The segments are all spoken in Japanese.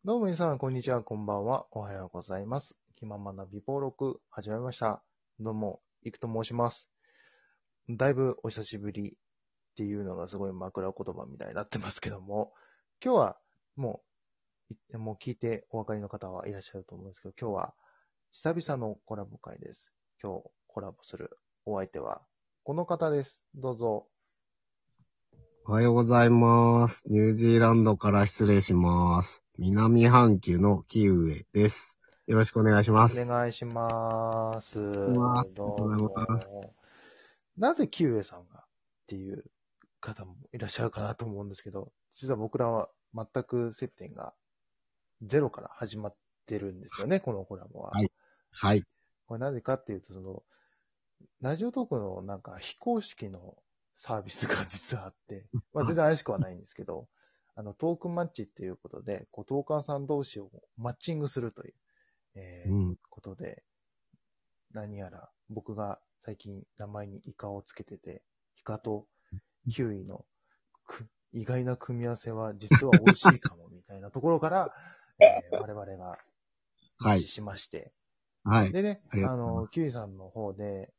どうも皆さん、こんにちは、こんばんは。おはようございます。気ままな美貌録、始まりました。どうも、いくと申します。だいぶお久しぶりっていうのがすごい枕言葉みたいになってますけども、今日はもう聞いてお分かりの方はいらっしゃると思うんですけど、今日は久々のコラボ会です。今日コラボするお相手はこの方です。どうぞ。 おはようございます。ニュージーランドから失礼します。南半球のキウエです。よろしくお願いしまおす。 願いします。 ありがとうどうございます。 も。なぜキウエさんがっていう方もいらっしゃるかなと思うんですけど、実は僕らは全く接点がゼロから始まってるんですよね、このコラボは。 はい。はい。 これなぜかっていうと、ラジオトークのなんか非公式のサービスが実はあって、まあ全然怪しくはないんですけど、トークマッチっていうことで、トーカーさん同士をマッチングするという、 うん。 ことで、何やら僕が最近名前にイカをつけてて、イカとキウイの意外な組み合わせは実は美味しいかもみたいなところから、我々がマッチはい。 しまして。 はい。 でね、 ありがとうございます。 キウイさんの方で、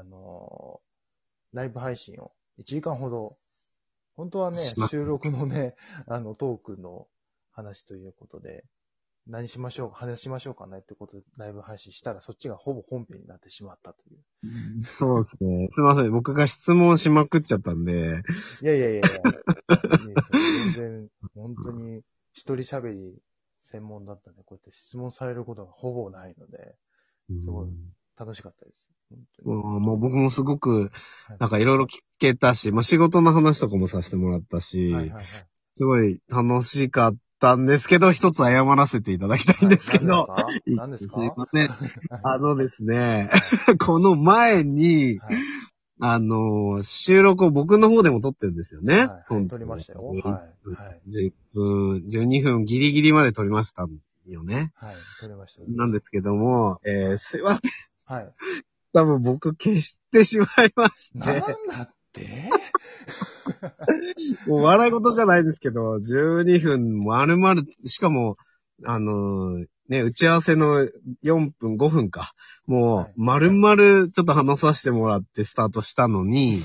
ライブ配信を1時間ほど、本当はね、 します。 収録のね、トークの話ということで、話しましょうかねってことでライブ配信したら、そっちがほぼ本編になってしまったという。 そうですね。すいません。僕が質問しまくっちゃったんで。 いやいやいやいや、いいですよ。全然、本当に一人喋り専門だったんで、こうやって質問されることがほぼないので、 うすごいん。 楽しかったです。本当に。 もう僕もすごく、 はい。 なんかいろいろ聞けたし、まあ仕事の話とかもさせてもらったし、 はいはいはい。 すごい楽しかったんですけど、一つ謝らせていただきたいんではい。何ですすけど、 か何ですすいかません。 はい。 あのですね、 はい。 この前に、 はい。 収録を僕の方でも撮ってるんですよね。 はい。はい。 本撮りました当よ。はい。はい。 10分、12分ギリギリまで撮りましたよね。 はい。撮りました。撮りましなんですけども、 た。はい。 すいません。 はい。 多分僕消してしまいましなんて、 だってもう笑い事じゃないですけど、12分丸々、しかも、打ち合わせの4分、5分か。もう、 はい。 丸々ちょっと話させてもらってスタートしたのに、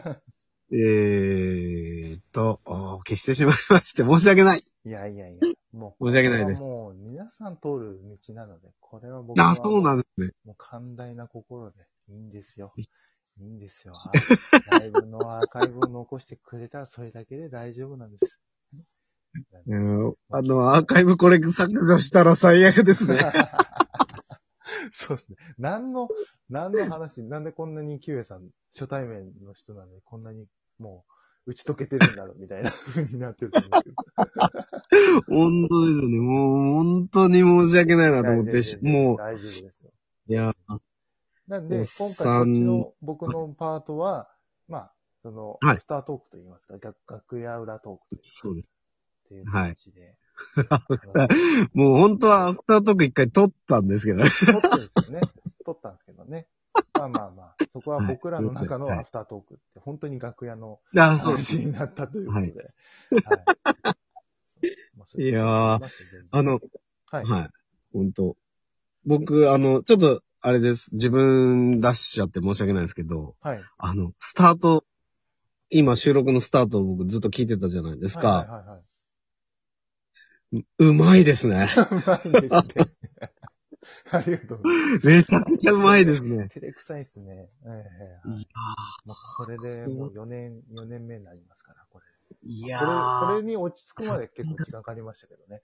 消してしまいまして、申し訳ない。 いやいやいや、もう申しこれは訳ないです。 もう皆さん通る道なので、これは僕あ、そうなはもんですね。 もう寛大な心でいいんですよ。いいんですよ。ライブのアーカイブを残してくれたらそれだけで大丈夫なんです。なんで、もうアーカイブこれ削除したら最悪ですね。 そうですね。何の話、なんでこんなにキウエさん、初対面の人なんで、こんなにもう打ち解けてるんだろうみたいな風になってると思うんですけど。 本当ですよね。もう、本当に申し訳ないないや、 と思って、 全然も大丈夫ですよ。 う、いや、おっなんで、今回そっちさん、 の僕のパートは、まあ、アはい、 フタートークといいますか、楽屋裏トークというか、 そうです。 っていうはい。 形で話させていただいもうて。 本当はアフタートーク一回撮ったんですけどね。 撮ってるんですけどね。撮ったんですけどね。まあまあまあ、そこははい。 僕らすいません。 の中のはい。 アフタートークって、本当に楽屋のあ、そうです。 話になったというこはい。 とで、はい。まあ、そういいうこともありやー、 ますよ、全然。 あの、 はい。 はい。本当僕、ちょっと、あれです。自分出しちゃって申し訳ないですけど、 はい。 スタート、今収録のスタートを僕ずっと聞いてたじゃないですはいはいか。 はいはい。 うまいですね。 うまいですね。ありがとうございます。 めちゃくちゃうまいですね。 照れくさいですね。はい。 いやもうこれでもう4年目になりますから、これ。 いこやれに落ち着くまー、 で結構時間かかりましたけどね。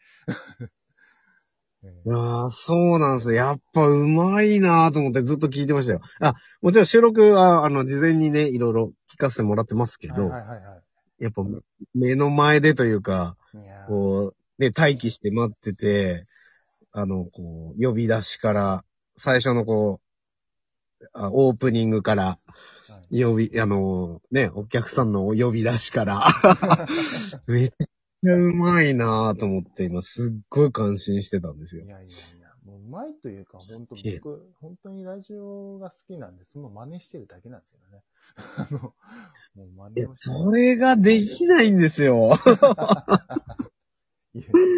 そうなんですよ。やっぱうまいなと思ってずっと聞いてましたよ。もちろん収録は、事前にね、いろいろ聞かせてもらってますけはいはど、 いはいはやっぱ目の前でというか、 い。いやこう、ね、待機して待ってて、呼び出しから、最初のオープニングから、 ー、はい。 お客さんの呼び出しから、めっちゃうまいなと思って、今すっごい感心してたんですよ。 いやいやいや、もううまいというか、本当僕、本当にラジオが好きなんで、その真似してるだけなんですけどね。もう真いや、 似をしてる。 それができないんですよ。 いや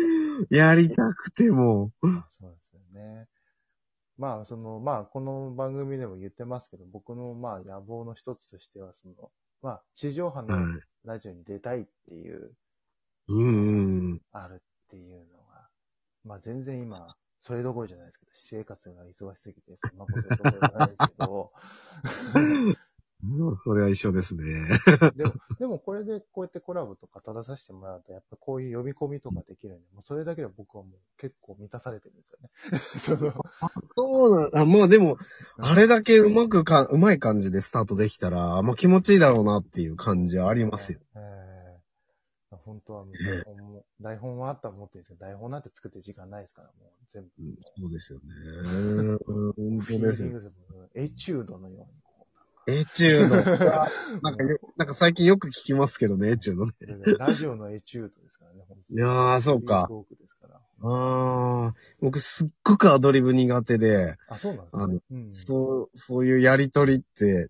やりたくても。 そうですよね。まあ、この番組でも言ってますけど、僕の、野望の一つとしては、地上波のはい。 ラジオに出たいっていううんのがうん。 あるっていうのが、全然今、それどころじゃないですけど、私生活が忙しすぎて、そんなことどころじゃないですけど、 もうそれは一緒ですね。 でもこれでこうやってコラボとか立たさせてもらうと、やっぱこういう呼び込みとかできるんで、もうそれだけで僕はもう結構満たされてるんですよね。 そうなん、まあでも、あれうん、 だけうまい感じでスタートできたら、まあ気持ちいいだろうなっていう感じはあそうですね。 りますよ。 本当はもうね。 台本はあったら持ってるんですけど、台本なんて作ってる時間ないですから、もう全部うん、 もそうですよね。 う、 本フ当ですよ。 ィーリングでもエチュードのようにエチュード。 うんなんか最近よく聞きますけどね、エチュードね。 ラジオのエチュードですからね、本当に。 いやー、そうか。 フリートークですから。 僕すっごくアドリブ苦手で、 あ、そうなんですね。うん。 そういうやりとりって、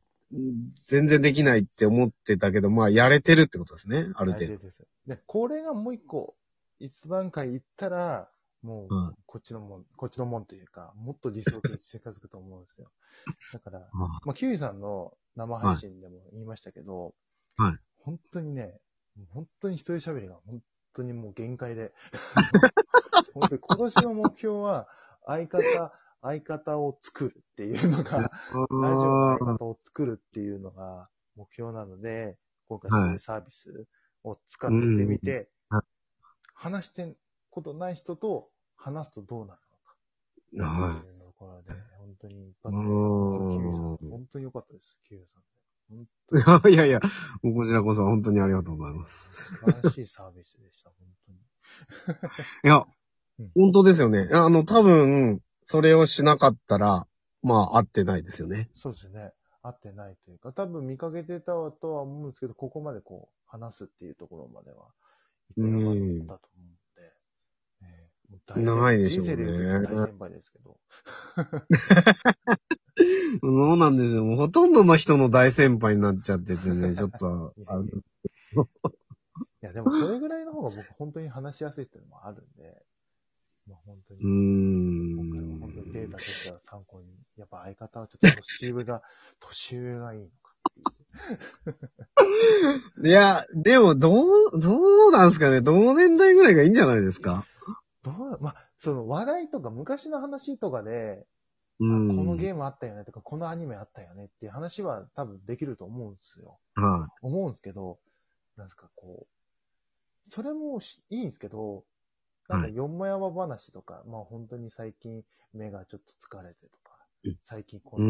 全然できないって思ってたけど、まあ、やれてるってことですね、ある程度。 大抵です。で、これがもう一個、一段階行ったら、もう、 はい。 こっちのもんというか、もっと理想形に近づくと思うんですよ。だから、キウイさんの生配はい。 信でも言いましたけど、 はい。 本当にね、本当に一人喋りが本当にもう限界で、本当に今年の目標は、相方、相方を作るっていうのが、ラジオの相方を作るっていうのが目標なので、今回そういうはい。 サービスを使うってん。 みて、 は話してことない人と話すとどうなるのかい。 ってはいうところで、本当に一い。う発目、本当キウイさん、 ーん。 本当に良かったです、キウイさん。本当にいやいや、もうこちらこそ本当にありがとうございます。 素晴らしいサービスでした、本当に。 いや、 うん、 本当ですよね。多分、それをしなかったら、まあ、合ってないですよね。 そうですね。合ってないというか、多分見かけてたとは思うんですけど、ここまで話すっていうところまではう行ってなかっん。 たと思うんで、もう人ないでしょう生でよく言うと大ね。 先輩ですけど。 そうなんですよ。もうほとんどの人の大先輩になっちゃっててね、ちょっと、 いやいやいや、でもそれぐらいの方が僕本当に話しやすいっていうのもあるんで、本当に、 うー今回は本当にデータん。 としては参考に、やっぱ相方はちょっと年上がいいのかっていう。 いや、でも、どうなんすかね。同年代ぐらいがいいんじゃないですか。 その話題とか昔の話とかで、 うあ、このん。 ゲームあったよねとか、このアニメあったよねっていう話は多分できると思うんですよ。 は思うんですけど、なんですかそれもいいんですけど、 い。はい。 よもやま話とか、本当に最近目がちょっと疲れてとか、最近うん。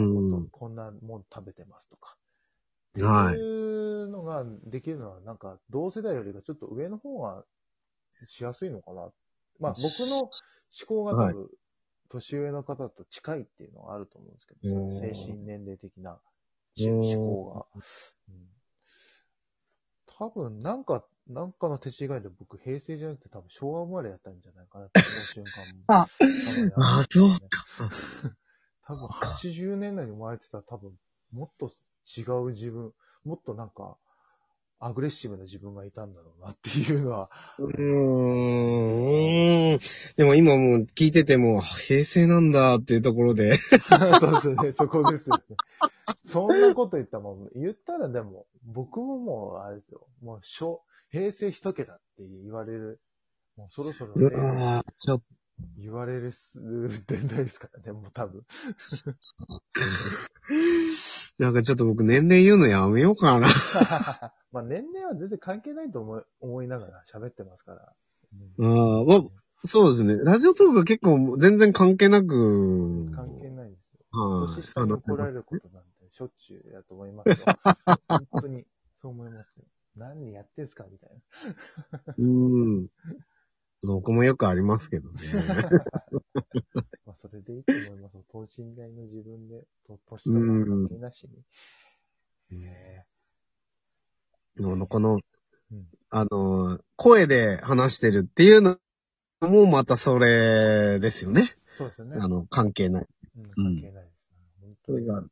こんなもん食べてますとか、ってはい。 いうのができるのは、同世代よりがちょっと上の方がしやすいのかな。僕の思考が多はい。 分、年上の方と近いっていうのはあると思うんですけど、 うそういう精ーん。 神年齢的なう思ーん。 考が。うん、多分、なんかの手違いで僕、平成じゃなくて多分昭和生まれやったんじゃないかなって思う瞬間もあ、 たまにあるんでそうすけどね。 か。 多分そうか。 80年代に生まれてたら多分もっと違う自分、もっとアグレッシブな自分がいたんだろうなっていうのはうありますね。 ーん。でも今もう聞いてても、あ平成なんだっていうところで。 そうですね、そこですよね。そんなこと言ったら言ったらでも、僕ももう、あれですよ、もう、平成一桁って言われる、もうそろそろう令和にわーちょっ言われる年代ですからね、もう多分。 と、なんかちょっと僕年齢言うのやめようかな。 年齢は全然関係ないと思いながら喋ってますから。 ああ、まあ、そうですね。ラジオトークが結構全然関係なく、 関係ないですよ。 はい、 年下に話せます。 怒られることなんてしょっちゅうだと思いますよ。本当に、そう思いますよ。何やってんすかみたいうん。僕もよくありますけどね。 な。それでいいと思います。等身大の自分で、年うとか関ん。 係なしに。へこの、 うん。 声で話してるっていうのもまたそれですよね。 そうですよね。 関係ない。 うん、 うん。 関係ないです。本当に。いそれがある。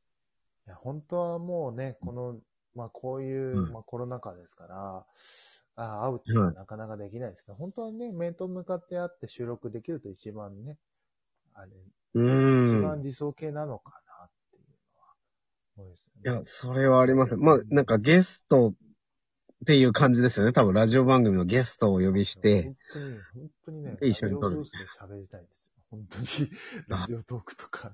や、本当はもうね、こういう、 はい。 コロナ禍ですから、 会うっていうのはなかなかできないですけど、本当はね、面と向かって会って収録できると一番ね、あれ、一番理想形なのかなっていうのは、そうですよね。 いや、それはあります。まあ、なんかゲストっていう感じですよね。多分ラジオ番組のゲストをお呼びして、 本当にね、 で、 ラ一緒に撮る。 ジオブースで喋りたいんですよ。本当に、ラジオトークとか。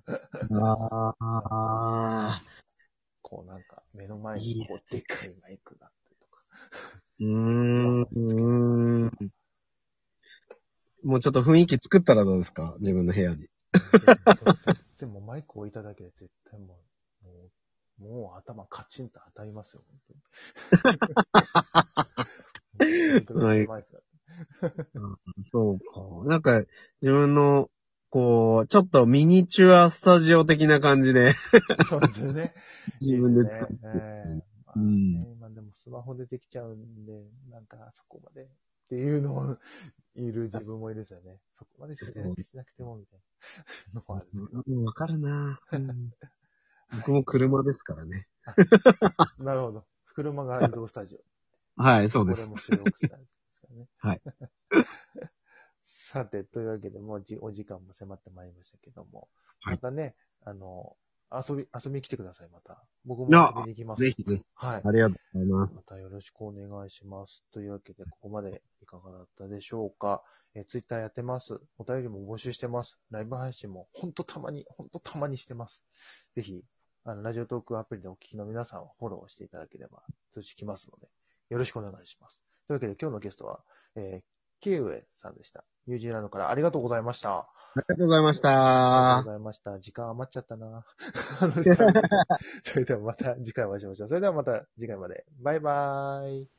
ああ、 こうなんか、目の前にこう、 いいっすね。 でっかいマイクがあったりとか。 うーイヤホん、 ンつけてもらったりとか。 もうちょっと雰囲気作ったらどうですか？自分の部屋に。 全然もうマイク置いただけで絶対もう頭カチンと当たりますよ、本当に。それくらい狭いですから。 そうか。なんか、自分の、こう、ちょっとミニチュアスタジオ的な感じでそうですよね。いい自ですね。 分で作って。 まうん。 あね、でもスマホでできちゃうんで、なんかそこまでっていうのをいる自分もいるんですよね。そこまでしそうなくてもみたいなのもあるんですけど。 わかるな、うん。僕も車ですからね。 なるほど。車が移動スタジオ。 はい、そうです。 これも収録スタジオですからね。 はい。 さて、というわけで、もうお時間も迫ってまいりましたけども、 はい。 またね、遊びに来てください、また。僕いや、 も遊びに行きます。 ぜひぜひ。 はい。 ありがとうございます。 またよろしくお願いします。というわけで、ここまでいかがだったでしょうか。ツイッターやってます。お便りも募集してます。ライブ配信もほんとたまにしてます。ぜひ、ラジオトークアプリでお聞きの皆さんをフォローしていただければ通知来ますので、よろしくお願いします。というわけで、今日のゲストは、キウエさんでした。ニュージーランドからありがとうございました。 ありがとうございましありがとうごた。 ざいました。時間余っちゃったな。久々にそれではまた次回お会いしましょう。それではまた次回まで。バイバーイ。